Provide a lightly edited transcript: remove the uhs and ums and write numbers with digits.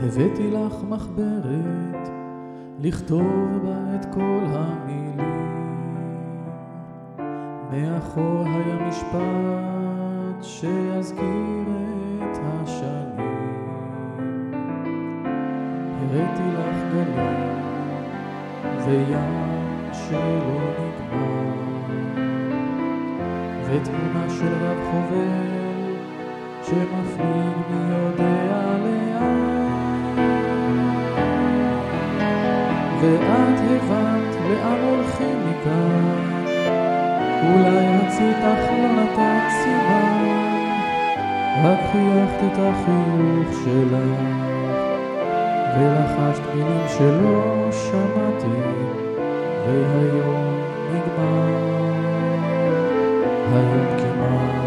הבאתי לך מחברת, לכתוב בה את כל המילים. מאחור היה משפט שיזכיר את השנים. הראיתי לך גלים וים שלא נגמר, ותמונה של רב חובל שמפליג מי יודע לאן. ואת הבנת לאן הולכים מכאן, אולי רצית אך לא נתת סימן, רק חייכת את החיוך שלך ולחשת מילים שלא שמעתי, והיום נגמר, היום כמעט